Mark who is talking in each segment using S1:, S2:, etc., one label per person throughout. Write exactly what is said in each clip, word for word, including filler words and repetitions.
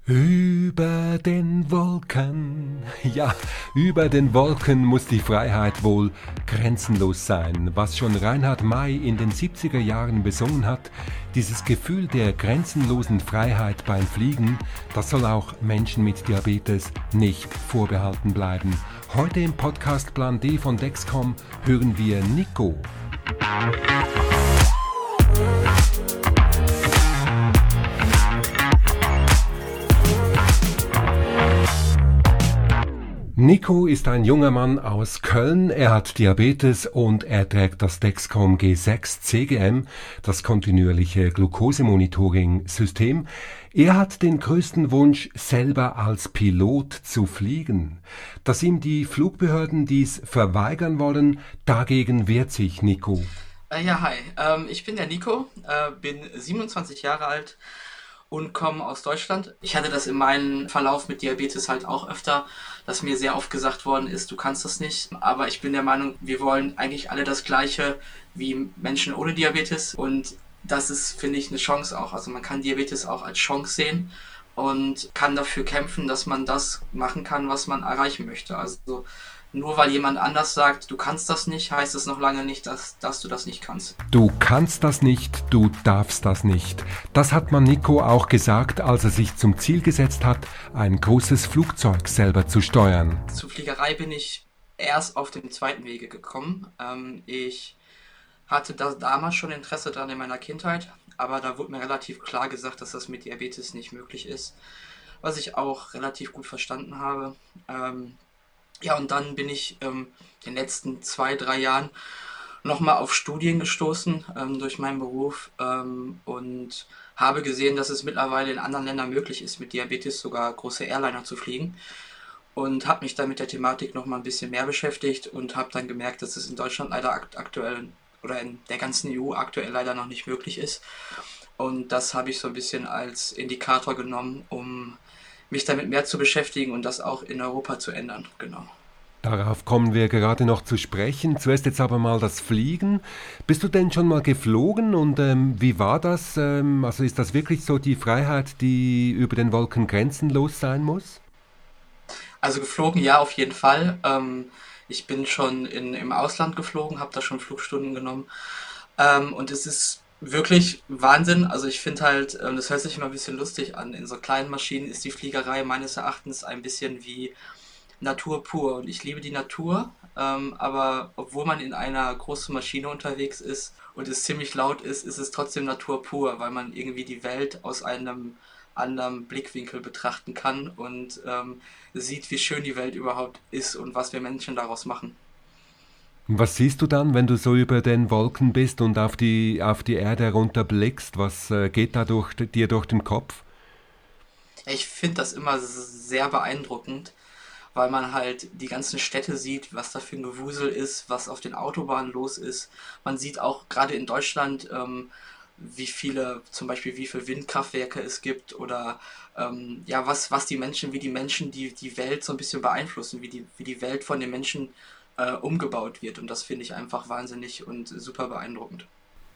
S1: Über den Wolken, ja, über den Wolken muss die Freiheit wohl grenzenlos sein. Was schon Reinhard May in den siebziger Jahren besungen hat, dieses Gefühl der grenzenlosen Freiheit beim Fliegen, das soll auch Menschen mit Diabetes nicht vorbehalten bleiben. Heute im Podcast Plan D von Dexcom hören wir Nico. Nico ist ein junger Mann aus Köln, er hat Diabetes und er trägt das Dexcom G sechs C G M, das kontinuierliche Glukosemonitoring-System. Er hat den größten Wunsch, selber als Pilot zu fliegen. Dass ihm die Flugbehörden dies verweigern wollen, dagegen wehrt sich Nico.
S2: Äh, ja, hi, ähm, ich bin der Nico, äh, bin siebenundzwanzig Jahre alt und komme aus Deutschland. Ich hatte das in meinem Verlauf mit Diabetes halt auch öfter, dass mir sehr oft gesagt worden ist, du kannst das nicht. Aber ich bin der Meinung, wir wollen eigentlich alle das Gleiche wie Menschen ohne Diabetes. Und das ist, finde ich, eine Chance auch. Also man kann Diabetes auch als Chance sehen und kann dafür kämpfen, dass man das machen kann, was man erreichen möchte. Also nur weil jemand anders sagt, du kannst das nicht, heißt es noch lange nicht, dass, dass du das nicht kannst.
S1: Du kannst das nicht, du darfst das nicht. Das hat man Nico auch gesagt, als er sich zum Ziel gesetzt hat, ein großes Flugzeug selber zu steuern.
S2: Zur Fliegerei bin ich erst auf dem zweiten Wege gekommen. Ähm, ich hatte da damals schon Interesse daran in meiner Kindheit, aber da wurde mir relativ klar gesagt, dass das mit Diabetes nicht möglich ist, was ich auch relativ gut verstanden habe. Ähm, Ja, und dann bin ich ähm, in den letzten zwei, drei Jahren nochmal auf Studien gestoßen ähm, durch meinen Beruf ähm, und habe gesehen, dass es mittlerweile in anderen Ländern möglich ist, mit Diabetes sogar große Airliner zu fliegen. Und habe mich dann mit der Thematik nochmal ein bisschen mehr beschäftigt und habe dann gemerkt, dass es in Deutschland leider akt- aktuell oder in der ganzen E U aktuell leider noch nicht möglich ist. Und das habe ich so ein bisschen als Indikator genommen, um mich damit mehr zu beschäftigen und das auch in Europa zu ändern, genau.
S1: Darauf kommen wir gerade noch zu sprechen. Zuerst jetzt aber mal das Fliegen. Bist du denn schon mal geflogen und ähm, wie war das? Ähm, also ist das wirklich so die Freiheit, die über den Wolken grenzenlos sein muss?
S2: Also geflogen, ja, auf jeden Fall. Ähm, ich bin schon in, im Ausland geflogen, habe da schon Flugstunden genommen. Ähm, und es ist wirklich Wahnsinn. Also ich finde halt, ähm, das hört sich immer ein bisschen lustig an. In so kleinen Maschinen ist die Fliegerei meines Erachtens ein bisschen wie Natur pur. Und ich liebe die Natur, ähm, aber obwohl man in einer großen Maschine unterwegs ist und es ziemlich laut ist, ist es trotzdem Natur pur, weil man irgendwie die Welt aus einem anderen Blickwinkel betrachten kann und ähm, sieht, wie schön die Welt überhaupt ist und was wir Menschen daraus machen.
S1: Und was siehst du dann, wenn du so über den Wolken bist und auf die, auf die Erde herunterblickst? Was äh, geht da durch, dir durch den Kopf?
S2: Ich finde das immer sehr beeindruckend, weil man halt die ganzen Städte sieht, was da für ein Gewusel ist, was auf den Autobahnen los ist. Man sieht auch gerade in Deutschland, ähm, wie viele, zum Beispiel wie viele Windkraftwerke es gibt oder ähm, ja, was, was die Menschen, wie die Menschen die, die Welt so ein bisschen beeinflussen, wie die, wie die Welt von den Menschen äh, umgebaut wird. Und das finde ich einfach wahnsinnig und super beeindruckend.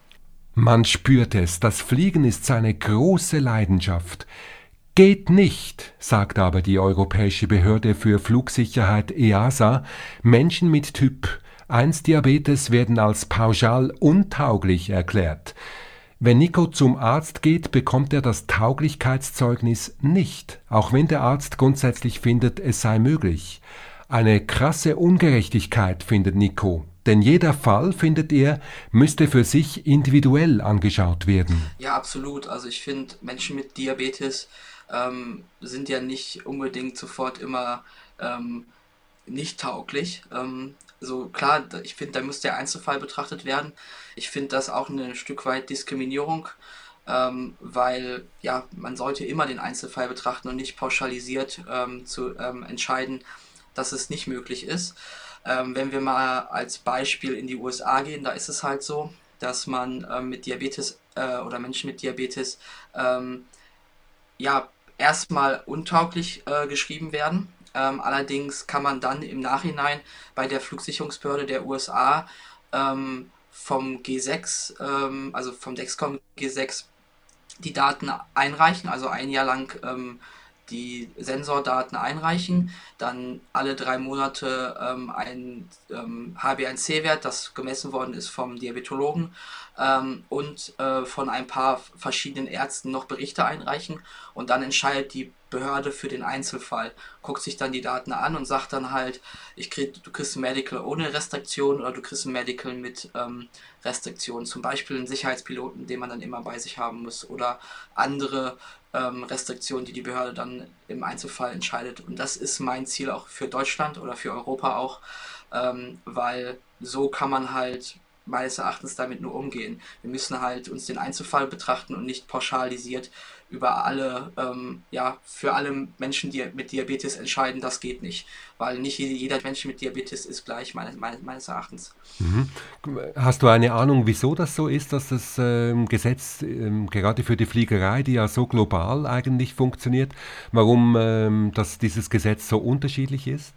S1: Man spürt es, das Fliegen ist seine große Leidenschaft. Geht nicht, sagt aber die Europäische Behörde für Flugsicherheit E A S A, Menschen mit Typ eins Diabetes werden als pauschal untauglich erklärt. Wenn Nico zum Arzt geht, bekommt er das Tauglichkeitszeugnis nicht, auch wenn der Arzt grundsätzlich findet, es sei möglich. Eine krasse Ungerechtigkeit findet Nico, denn jeder Fall, findet er, müsste für sich individuell angeschaut werden.
S2: Ja, absolut. Also ich finde, Menschen mit Diabetes ähm, sind ja nicht unbedingt sofort immer ähm, nicht tauglich. Ähm, so klar, da- ich finde, da muss der Einzelfall betrachtet werden. Ich finde das auch ein Stück weit Diskriminierung, ähm, weil ja, man sollte immer den Einzelfall betrachten und nicht pauschalisiert ähm, zu ähm, entscheiden, dass es nicht möglich ist. Ähm, wenn wir mal als Beispiel in die U S A gehen, da ist es halt so, dass man ähm, mit Diabetes äh, oder Menschen mit Diabetes ähm, ja, erstmal untauglich äh, geschrieben werden. Ähm, allerdings kann man dann im Nachhinein bei der Flugsicherungsbehörde der U S A ähm, vom G sechs, ähm, also vom Dexcom G sechs, die Daten einreichen, also ein Jahr lang ähm, die Sensordaten einreichen, dann alle drei Monate ähm, ein ähm, H b A one C-Wert, das gemessen worden ist vom Diabetologen, ähm, und äh, von ein paar verschiedenen Ärzten noch Berichte einreichen, und dann entscheidet die Behörde für den Einzelfall, guckt sich dann die Daten an und sagt dann halt, ich krieg, du kriegst ein Medical ohne Restriktion oder du kriegst ein Medical mit ähm, Restriktionen, zum Beispiel einen Sicherheitspiloten, den man dann immer bei sich haben muss, oder andere ähm, Restriktionen, die die Behörde dann im Einzelfall entscheidet. Und das ist mein Ziel auch für Deutschland oder für Europa auch, ähm, weil so kann man halt meines Erachtens damit nur umgehen. Wir müssen halt uns den Einzelfall betrachten und nicht pauschalisiert über alle, ähm, ja, für alle Menschen, die mit Diabetes entscheiden, das geht nicht. Weil nicht jeder Mensch mit Diabetes ist gleich, meines, meines Erachtens.
S1: Mhm. Hast du eine Ahnung, wieso das so ist, dass das ähm, Gesetz ähm, gerade für die Fliegerei, die ja so global eigentlich funktioniert, warum ähm, dass dieses Gesetz so unterschiedlich ist?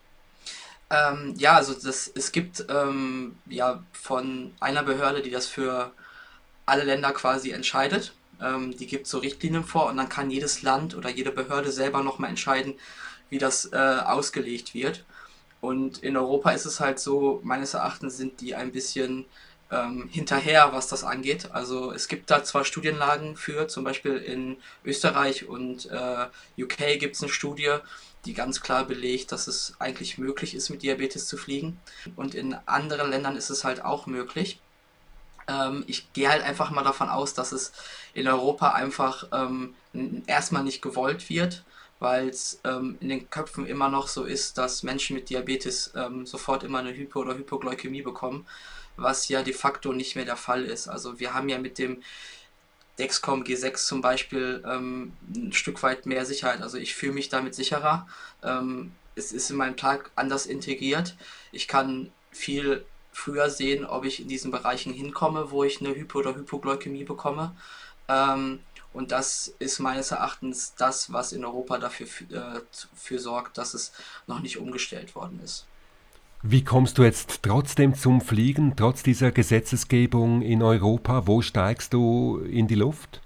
S2: Ähm, ja, also das, es gibt ähm, ja von einer Behörde, die das für alle Länder quasi entscheidet. Ähm, die gibt so Richtlinien vor, und dann kann jedes Land oder jede Behörde selber nochmal entscheiden, wie das äh, ausgelegt wird. Und in Europa ist es halt so, meines Erachtens sind die ein bisschen ähm, hinterher, was das angeht. Also es gibt da zwar Studienlagen für, zum Beispiel in Österreich und äh, U K gibt es eine Studie, die ganz klar belegt, dass es eigentlich möglich ist, mit Diabetes zu fliegen. Und in anderen Ländern ist es halt auch möglich. Ähm, ich gehe halt einfach mal davon aus, dass es in Europa einfach ähm, erstmal nicht gewollt wird, weil es ähm, in den Köpfen immer noch so ist, dass Menschen mit Diabetes ähm, sofort immer eine Hypo- oder Hypoglykämie bekommen, was ja de facto nicht mehr der Fall ist. Also wir haben ja mit dem Dexcom G sechs zum Beispiel ähm, ein Stück weit mehr Sicherheit. Also ich fühle mich damit sicherer. Ähm, es ist in meinem Tag anders integriert. Ich kann viel früher sehen, ob ich in diesen Bereichen hinkomme, wo ich eine Hypo- oder Hypoglykämie bekomme. Ähm, und das ist meines Erachtens das, was in Europa dafür äh, für sorgt, dass es noch nicht umgestellt worden ist.
S1: Wie kommst du jetzt trotzdem zum Fliegen, trotz dieser Gesetzesgebung in Europa? Wo steigst du in die Luft?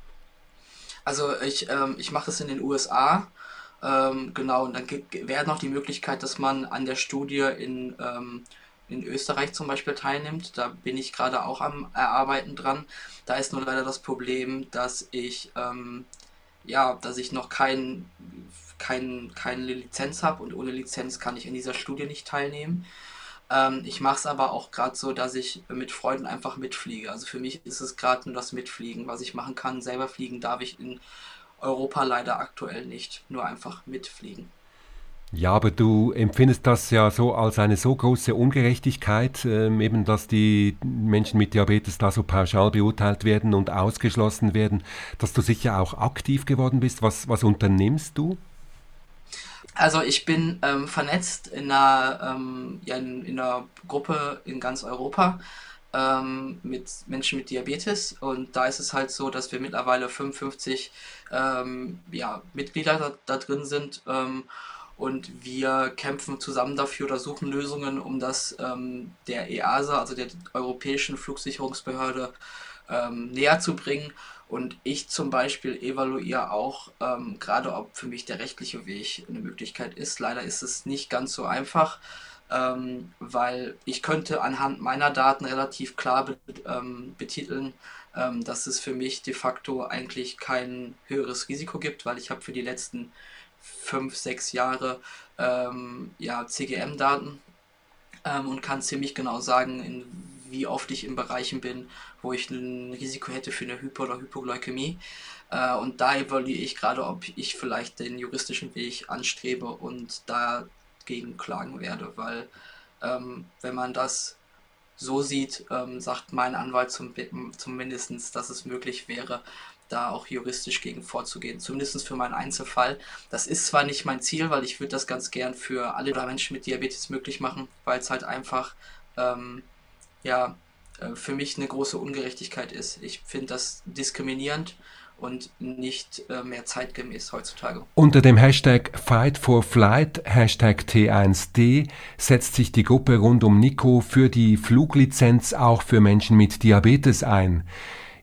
S2: Also ich, ähm, ich mache das in den U S A. Ähm, genau, und dann gibt, wäre noch die Möglichkeit, dass man an der Studie in, ähm, in Österreich zum Beispiel teilnimmt. Da bin ich gerade auch am Erarbeiten dran. Da ist nur leider das Problem, dass ich, ähm, ja, dass ich noch kein, kein, keine Lizenz habe, und ohne Lizenz kann ich in dieser Studie nicht teilnehmen. Ähm, ich mache es aber auch gerade so, dass ich mit Freunden einfach mitfliege. Also für mich ist es gerade nur das Mitfliegen, was ich machen kann. Selber fliegen darf ich in Europa leider aktuell nicht. Nur einfach mitfliegen.
S1: Ja, aber du empfindest das ja so als eine so große Ungerechtigkeit, ähm, eben dass die Menschen mit Diabetes da so pauschal beurteilt werden und ausgeschlossen werden, dass du sicher auch aktiv geworden bist. Was, was unternimmst du?
S2: Also ich bin ähm, vernetzt in einer, ähm, ja, in, in einer Gruppe in ganz Europa ähm, mit Menschen mit Diabetes, und da ist es halt so, dass wir mittlerweile fünfundfünfzig ähm, ja, Mitglieder da, da drin sind, ähm, und wir kämpfen zusammen dafür oder suchen Lösungen, um das ähm, der E A S A, also der Europäischen Flugsicherungsbehörde, ähm, näher zu bringen. Und ich zum Beispiel evaluiere auch ähm, gerade, ob für mich der rechtliche Weg eine Möglichkeit ist. Leider ist es nicht ganz so einfach, ähm, weil ich könnte anhand meiner Daten relativ klar be ähm, betiteln, ähm, dass es für mich de facto eigentlich kein höheres Risiko gibt, weil ich habe für die letzten fünf, sechs Jahre ähm, ja, C G M-Daten, ähm, und kann ziemlich genau sagen, in wie oft ich in Bereichen bin, wo ich ein Risiko hätte für eine Hypo- oder Hypoglykämie. Äh, und da evaluiere ich gerade, ob ich vielleicht den juristischen Weg anstrebe und dagegen klagen werde, weil ähm, wenn man das so sieht, ähm, sagt mein Anwalt zum, zumindest, dass es möglich wäre, da auch juristisch gegen vorzugehen, zumindest für meinen Einzelfall. Das ist zwar nicht mein Ziel, weil ich würde das ganz gern für alle Menschen mit Diabetes möglich machen, weil es halt einfach ähm, ja, äh, für mich eine große Ungerechtigkeit ist. Ich finde das diskriminierend und nicht äh, mehr zeitgemäß heutzutage.
S1: Unter dem Hashtag Fight for Flight, Hashtag T eins D, setzt sich die Gruppe rund um Nico für die Fluglizenz auch für Menschen mit Diabetes ein.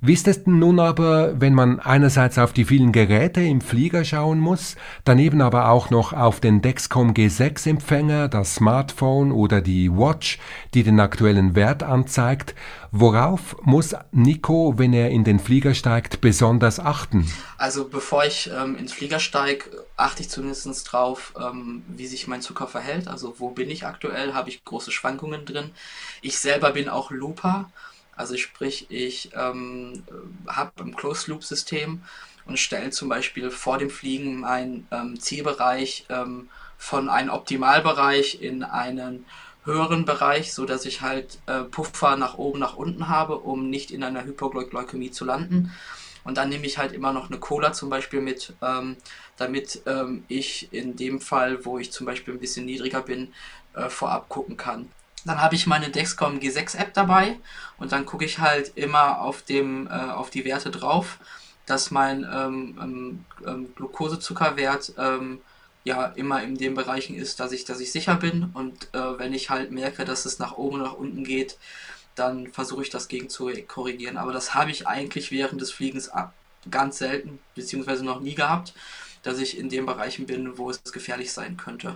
S1: Wie ist es denn nun aber, wenn man einerseits auf die vielen Geräte im Flieger schauen muss, daneben aber auch noch auf den Dexcom G sechs Empfänger, das Smartphone oder die Watch, die den aktuellen Wert anzeigt? Worauf muss Nico, wenn er in den Flieger steigt, besonders achten?
S2: Also bevor ich ähm, ins Flieger steige, achte ich zumindest drauf, ähm, wie sich mein Zucker verhält. Also wo bin ich aktuell? Habe ich große Schwankungen drin? Ich selber bin auch Looper. Also sprich, ich ähm, habe ein Closed-Loop-System und stelle zum Beispiel vor dem Fliegen meinen ähm, Zielbereich ähm, von einem Optimalbereich in einen höheren Bereich, so dass ich halt äh, Puffer nach oben, nach unten habe, um nicht in einer Hypoglykämie zu landen. Und dann nehme ich halt immer noch eine Cola zum Beispiel mit, ähm, damit ähm, ich in dem Fall, wo ich zum Beispiel ein bisschen niedriger bin, äh, vorab gucken kann. Dann habe ich meine Dexcom G sechs App dabei und dann gucke ich halt immer auf, dem, äh, auf die Werte drauf, dass mein ähm, ähm, Glukosezuckerwert ähm, ja immer in den Bereichen ist, dass ich, dass ich sicher bin, und äh, wenn ich halt merke, dass es nach oben und nach unten geht, dann versuche ich das gegen zu korrigieren. Aber das habe ich eigentlich während des Fliegens ab, ganz selten, beziehungsweise noch nie gehabt, dass ich in den Bereichen bin, wo es gefährlich sein könnte.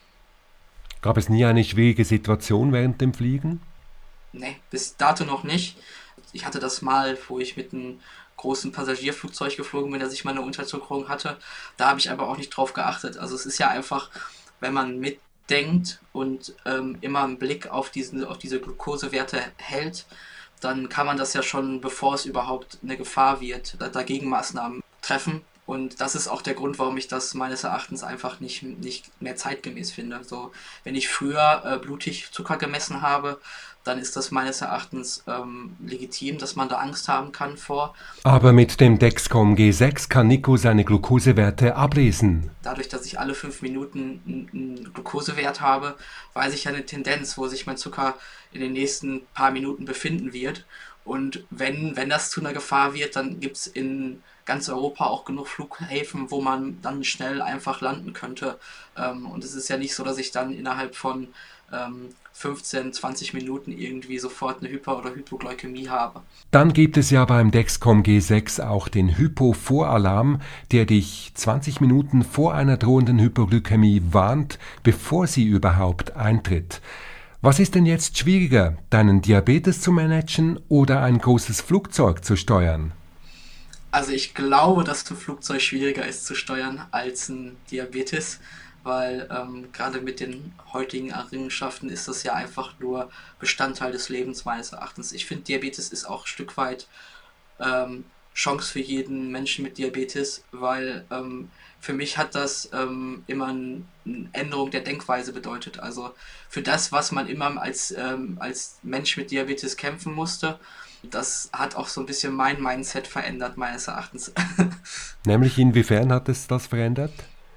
S1: Gab es nie eine schwierige Situation während dem Fliegen?
S2: Nee, bis dato noch nicht. Ich hatte das mal, wo ich mit einem großen Passagierflugzeug geflogen bin, dass ich mal eine Unterzuckerung hatte. Da habe ich aber auch nicht drauf geachtet. Also es ist ja einfach, wenn man mitdenkt und ähm, immer einen Blick auf, diesen, auf diese Glukosewerte hält, dann kann man das ja schon, bevor es überhaupt eine Gefahr wird, dagegen Maßnahmen treffen. Und das ist auch der Grund, warum ich das meines Erachtens einfach nicht, nicht mehr zeitgemäß finde. So, wenn ich früher äh, blutig Zucker gemessen habe, dann ist das meines Erachtens ähm, legitim, dass man da Angst haben kann vor.
S1: Aber mit dem Dexcom G sechs kann Nico seine Glukosewerte ablesen.
S2: Dadurch, dass ich alle fünf Minuten einen Glukosewert habe, weiß ich ja eine Tendenz, wo sich mein Zucker in den nächsten paar Minuten befinden wird. Und wenn, wenn das zu einer Gefahr wird, dann gibt es in ganz Europa auch genug Flughäfen, wo man dann schnell einfach landen könnte. Ähm, und es ist ja nicht so, dass ich dann innerhalb von ähm, fünfzehn, zwanzig Minuten irgendwie sofort eine Hyper- oder Hypoglykämie habe.
S1: Dann gibt es ja beim Dexcom G sechs auch den Hypo-Voralarm, der dich zwanzig Minuten vor einer drohenden Hypoglykämie warnt, bevor sie überhaupt eintritt. Was ist denn jetzt schwieriger, deinen Diabetes zu managen oder ein großes Flugzeug zu steuern?
S2: Also ich glaube, dass ein Flugzeug schwieriger ist zu steuern als ein Diabetes, weil ähm, gerade mit den heutigen Errungenschaften ist das ja einfach nur Bestandteil des Lebens meines Erachtens. Ich finde, Diabetes ist auch ein Stück weit ähm, Chance für jeden Menschen mit Diabetes, weil ähm, für mich hat das ähm, immer eine Änderung der Denkweise bedeutet. Also für das, was man immer als, ähm, als Mensch mit Diabetes kämpfen musste, das hat auch so ein bisschen mein Mindset verändert, meines Erachtens.
S1: Nämlich inwiefern hat es das verändert?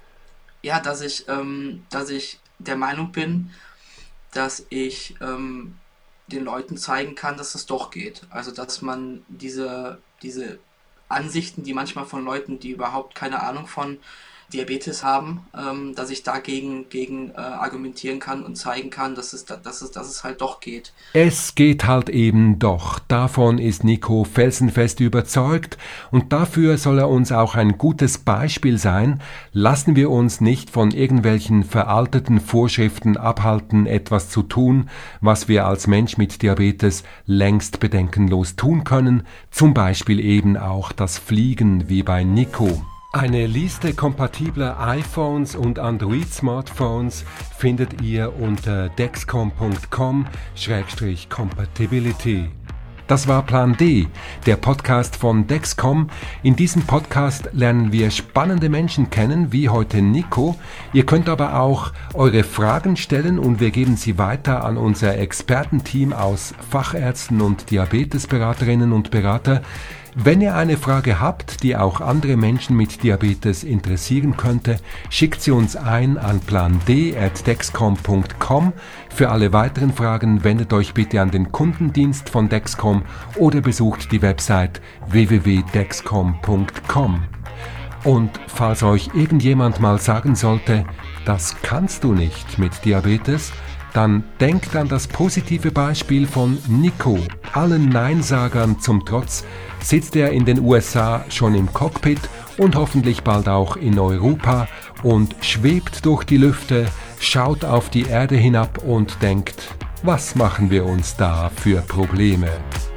S2: Ja, dass ich, ähm, dass ich der Meinung bin, dass ich ähm, den Leuten zeigen kann, dass es doch geht. Also dass man diese, diese Ansichten, die manchmal von Leuten, die überhaupt keine Ahnung von Diabetes haben, ähm, dass ich dagegen gegen, äh, argumentieren kann und zeigen kann, dass es, dass, es, dass es halt doch geht.
S1: Es geht halt eben doch. Davon ist Nico felsenfest überzeugt und dafür soll er uns auch ein gutes Beispiel sein. Lassen wir uns nicht von irgendwelchen veralteten Vorschriften abhalten, etwas zu tun, was wir als Mensch mit Diabetes längst bedenkenlos tun können, zum Beispiel eben auch das Fliegen wie bei Nico. Eine Liste kompatibler iPhones und Android-Smartphones findet ihr unter dexcom punkt com slash compatibility. Das war Plan D, der Podcast von Dexcom. In diesem Podcast lernen wir spannende Menschen kennen, wie heute Nico. Ihr könnt aber auch eure Fragen stellen und wir geben sie weiter an unser Expertenteam aus Fachärzten und Diabetesberaterinnen und Berater. Wenn ihr eine Frage habt, die auch andere Menschen mit Diabetes interessieren könnte, schickt sie uns ein an plan d at dexcom punkt com. Für alle weiteren Fragen wendet euch bitte an den Kundendienst von Dexcom oder besucht die Website w w w punkt dexcom punkt com. Und falls euch irgendjemand mal sagen sollte, das kannst du nicht mit Diabetes, dann denkt an das positive Beispiel von Nico. Allen Neinsagern zum Trotz sitzt er in den U S A schon im Cockpit und hoffentlich bald auch in Europa und schwebt durch die Lüfte, schaut auf die Erde hinab und denkt, was machen wir uns da für Probleme?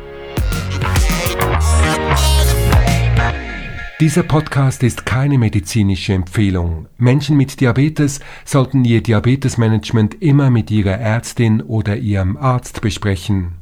S1: Dieser Podcast ist keine medizinische Empfehlung. Menschen mit Diabetes sollten ihr Diabetesmanagement immer mit ihrer Ärztin oder ihrem Arzt besprechen.